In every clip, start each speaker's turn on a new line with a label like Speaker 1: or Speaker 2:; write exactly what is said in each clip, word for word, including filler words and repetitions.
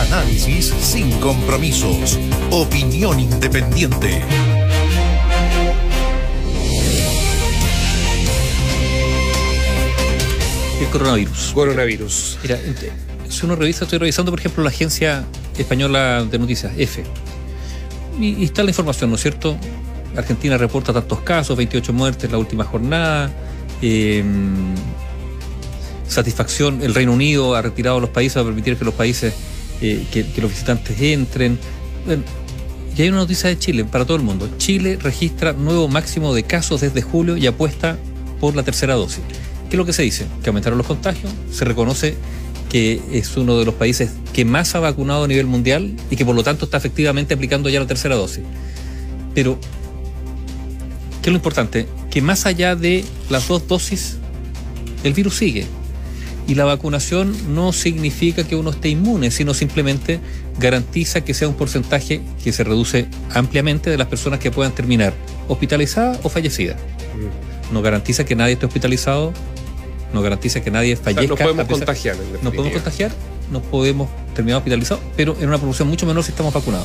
Speaker 1: Análisis sin compromisos. Opinión independiente.
Speaker 2: El coronavirus.
Speaker 3: Coronavirus.
Speaker 2: Mira, si uno revisa, estoy revisando, por ejemplo, la agencia española de noticias, EFE. Y, y está la información, ¿no es cierto? Argentina reporta tantos casos, veintiocho muertes en la última jornada. Eh, satisfacción, el Reino Unido ha retirado a los países para permitir que los países, eh, que, que los visitantes entren. Bueno, y hay una noticia de Chile para todo el mundo. Chile registra nuevo máximo de casos desde julio y apuesta por la tercera dosis. ¿Qué es lo que se dice? Que aumentaron los contagios, se reconoce que es uno de los países que más ha vacunado a nivel mundial y que por lo tanto está efectivamente aplicando ya la tercera dosis. Pero, ¿qué es lo importante? Que más allá de las dos dosis, el virus sigue. Y la vacunación no significa que uno esté inmune, sino simplemente garantiza que sea un porcentaje que se reduce ampliamente de las personas que puedan terminar hospitalizadas o fallecidas. No garantiza que nadie esté hospitalizado, no garantiza que nadie fallezca.
Speaker 3: O sea, no podemos
Speaker 2: pesar,
Speaker 3: contagiar.
Speaker 2: No podemos contagiar, no podemos terminar hospitalizados, pero en una proporción mucho menor si estamos vacunados.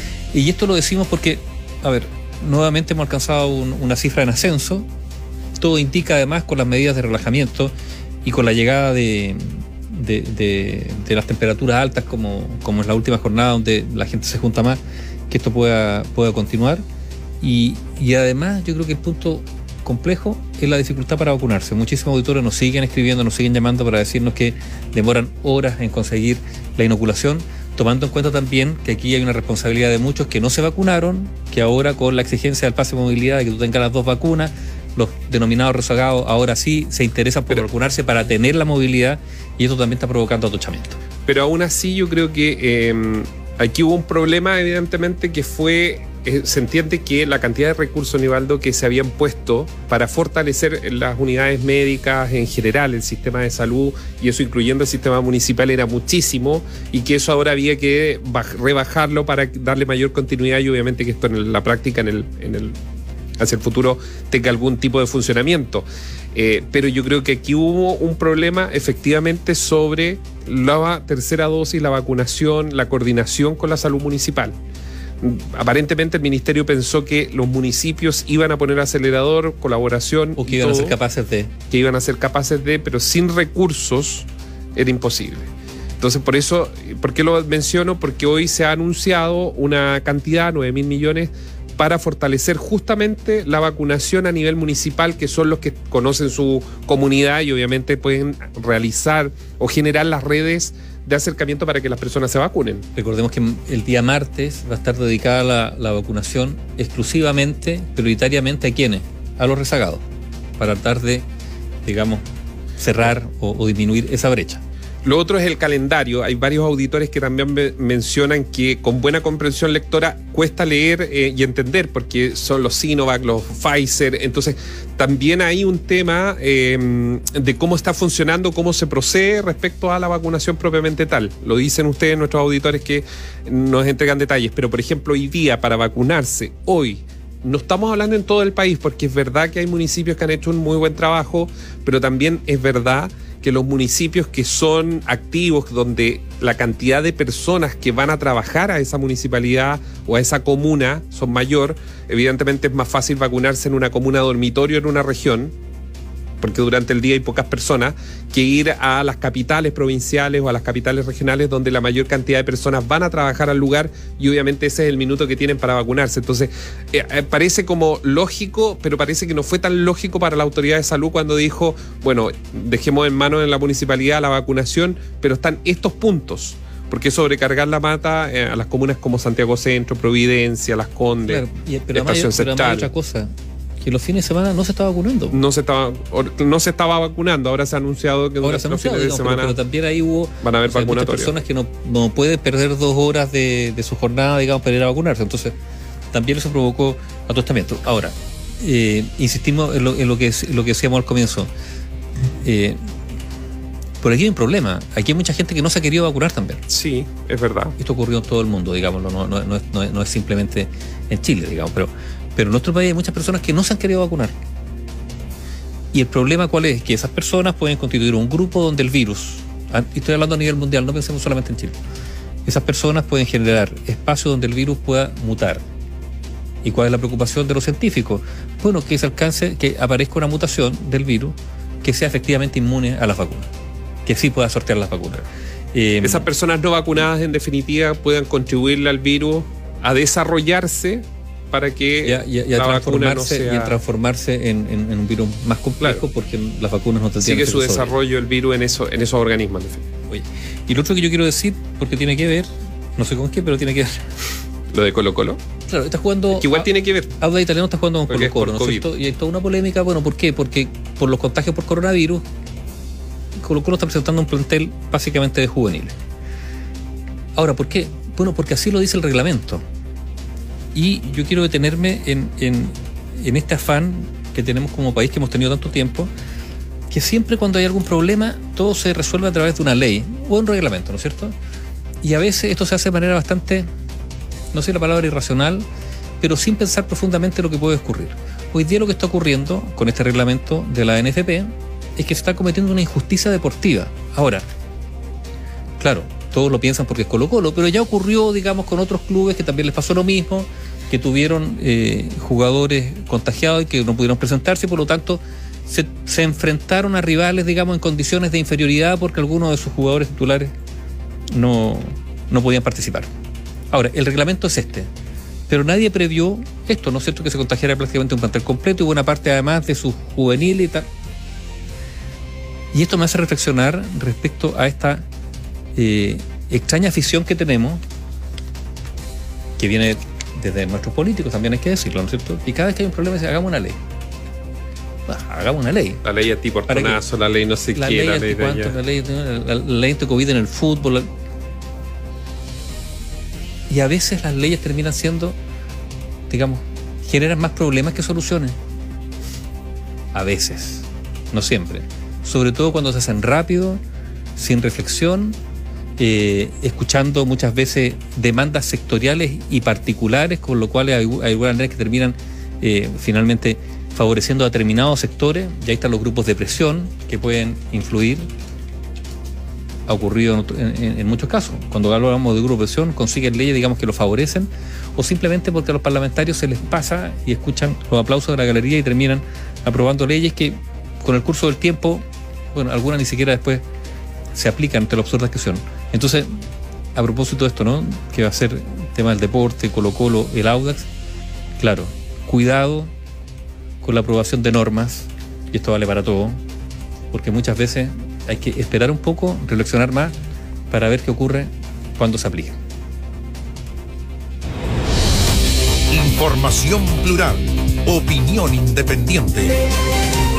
Speaker 2: Y esto lo decimos porque, a ver, nuevamente hemos alcanzado un, una cifra en ascenso. Todo indica además con las medidas de relajamiento y con la llegada de, de, de, de las temperaturas altas como, como es la última jornada donde la gente se junta más, que esto pueda, pueda continuar. Y, y además yo creo que el punto complejo es la dificultad para vacunarse. Muchísimos auditores nos siguen escribiendo, nos siguen llamando para decirnos que demoran horas en conseguir la inoculación, tomando en cuenta también que aquí hay una responsabilidad de muchos que no se vacunaron, que ahora con la exigencia del pase de movilidad de que tú tengas las dos vacunas, los denominados rezagados ahora sí se interesan por pero, vacunarse para tener la movilidad, y esto también está provocando atochamiento.
Speaker 3: Pero aún así yo creo que eh, aquí hubo un problema evidentemente que fue... Se entiende que la cantidad de recursos, Nivaldo, que se habían puesto para fortalecer las unidades médicas en general, el sistema de salud, y eso incluyendo el sistema municipal, era muchísimo, y que eso ahora había que rebajarlo para darle mayor continuidad, y obviamente que esto en la práctica, en el, en el, hacia el futuro, tenga algún tipo de funcionamiento. Eh, pero yo creo que aquí hubo un problema efectivamente sobre la tercera dosis, la vacunación, la coordinación con la salud municipal. Aparentemente el ministerio pensó que los municipios iban a poner acelerador, colaboración,
Speaker 2: o que iban todo, a ser capaces de
Speaker 3: que iban a ser capaces de, pero sin recursos era imposible. Entonces, por eso, ¿por qué lo menciono? Porque hoy se ha anunciado una cantidad, nueve mil millones, para fortalecer justamente la vacunación a nivel municipal, que son los que conocen su comunidad y obviamente pueden realizar o generar las redes de acercamiento para que las personas se vacunen.
Speaker 2: Recordemos que el día martes va a estar dedicada la, la vacunación exclusivamente, prioritariamente, ¿a quiénes? A los rezagados, para tratar de, digamos, cerrar o, o disminuir esa brecha.
Speaker 3: Lo otro es el calendario. Hay varios auditores que también me mencionan que con buena comprensión lectora cuesta leer eh, y entender, porque son los Sinovac, los Pfizer. Entonces, también hay un tema eh, de cómo está funcionando, cómo se procede respecto a la vacunación propiamente tal. Lo dicen ustedes, nuestros auditores, que nos entregan detalles. Pero, por ejemplo, hoy día, para vacunarse, hoy, no estamos hablando en todo el país, porque es verdad que hay municipios que han hecho un muy buen trabajo, pero también es verdad que los municipios que son activos, donde la cantidad de personas que van a trabajar a esa municipalidad o a esa comuna son mayor, evidentemente es más fácil vacunarse en una comuna dormitorio en una región, porque durante el día hay pocas personas, que ir a las capitales provinciales o a las capitales regionales donde la mayor cantidad de personas van a trabajar al lugar, y obviamente ese es el minuto que tienen para vacunarse. Entonces, eh, eh, parece como lógico, pero parece que no fue tan lógico para la autoridad de salud cuando dijo, bueno, dejemos en manos de la municipalidad la vacunación, pero están estos puntos. Porque sobrecargar la mata eh, a las comunas como Santiago Centro, Providencia, Las Condes,
Speaker 2: claro, y, pero Estación Central. Pero hay otra cosa, que los fines de semana no se está vacunando.
Speaker 3: No se estaba, no se estaba vacunando, ahora se ha anunciado que
Speaker 2: ahora se ha anunciado,
Speaker 3: los fines
Speaker 2: digamos,
Speaker 3: de semana
Speaker 2: pero, pero también ahí hubo,
Speaker 3: van a haber
Speaker 2: o sea, muchas personas que no, no pueden perder dos horas de, de su jornada, digamos, para ir a vacunarse. Entonces, también eso provocó atostamiento. Ahora, eh, insistimos en lo, en lo que en lo que decíamos al comienzo. Eh, por aquí hay un problema. Aquí hay mucha gente que no se ha querido vacunar también.
Speaker 3: Sí, es verdad.
Speaker 2: Esto ocurrió en todo el mundo, digámoslo, no, no, no, es, no, es, no es simplemente en Chile, digamos, pero Pero en nuestro país hay muchas personas que no se han querido vacunar. Y el problema ¿cuál es? Que esas personas pueden constituir un grupo donde el virus, y estoy hablando a nivel mundial, no pensemos solamente en Chile, esas personas pueden generar espacios donde el virus pueda mutar. ¿Y cuál es la preocupación de los científicos? Bueno, que se alcance, que aparezca una mutación del virus que sea efectivamente inmune a las vacunas, que sí pueda sortear las vacunas. Eh,
Speaker 3: Esas personas no vacunadas, en definitiva, puedan contribuirle al virus a desarrollarse para que
Speaker 2: y a, y a, y a
Speaker 3: la vacuna no
Speaker 2: transformarse,
Speaker 3: sea...
Speaker 2: y a transformarse en, en, en un virus más complejo, claro, porque las vacunas no tendrían
Speaker 3: sigue su
Speaker 2: efecto
Speaker 3: desarrollo
Speaker 2: sobre.
Speaker 3: el virus en, eso, en esos organismos.
Speaker 2: Oye, y lo otro que yo quiero decir, porque tiene que ver, no sé con qué, pero tiene que ver.
Speaker 3: ¿Lo de Colo Colo?
Speaker 2: Claro, está jugando...
Speaker 3: Es que igual a, tiene que ver.
Speaker 2: Audax Italiano está jugando con Colo Colo, ¿no es cierto? Y hay toda una polémica, bueno, ¿por qué? Porque por los contagios por coronavirus, Colo Colo está presentando un plantel básicamente de juveniles. Ahora, ¿por qué? Bueno, porque así lo dice el reglamento. Y yo quiero detenerme en, en, en este afán que tenemos como país, que hemos tenido tanto tiempo, que siempre cuando hay algún problema, todo se resuelve a través de una ley o un reglamento, ¿no es cierto? Y a veces esto se hace de manera bastante, no sé la palabra irracional, pero sin pensar profundamente lo que puede ocurrir. Hoy día lo que está ocurriendo con este reglamento de la N F P es que se está cometiendo una injusticia deportiva. Ahora, claro, todos lo piensan porque es Colo Colo, pero ya ocurrió, digamos, con otros clubes que también les pasó lo mismo, que tuvieron eh, jugadores contagiados y que no pudieron presentarse, y por lo tanto se, se enfrentaron a rivales, digamos, en condiciones de inferioridad porque algunos de sus jugadores titulares no, no podían participar. Ahora, el reglamento es este, pero nadie previó esto, ¿no es cierto?, que se contagiara prácticamente un plantel completo y buena parte además de sus juveniles y tal. Y esto me hace reflexionar respecto a esta eh, extraña afición que tenemos, que viene desde nuestros políticos, también hay que decirlo, ¿no es cierto? Y cada vez que hay un problema, dice, hagamos una ley. Bah, hagamos una ley.
Speaker 3: La ley antiportonazo, la ley no sé
Speaker 2: la
Speaker 3: qué,
Speaker 2: ley
Speaker 3: la ley de
Speaker 2: allá. La ley, la, la ley anti-COVID en el fútbol. La... Y a veces las leyes terminan siendo, digamos, generan más problemas que soluciones. A veces, no siempre. Sobre todo cuando se hacen rápido, sin reflexión, eh, escuchando muchas veces demandas sectoriales y particulares, con lo cual hay, hay algunas leyes que terminan eh, finalmente favoreciendo a determinados sectores, y ahí están los grupos de presión que pueden influir. Ha ocurrido en, en, en muchos casos. Cuando hablamos de grupos de presión, consiguen leyes, digamos, que lo favorecen, o simplemente porque a los parlamentarios se les pasa y escuchan los aplausos de la galería y terminan aprobando leyes que con el curso del tiempo, bueno, algunas ni siquiera después se aplican ante lo absurdas que son. Entonces, a propósito de esto, ¿no?, que va a ser el tema del deporte, Colo Colo, el Audax, claro, cuidado con la aprobación de normas, y esto vale para todo, porque muchas veces hay que esperar un poco, reflexionar más, para ver qué ocurre cuando se aplica.
Speaker 1: Información plural, opinión independiente.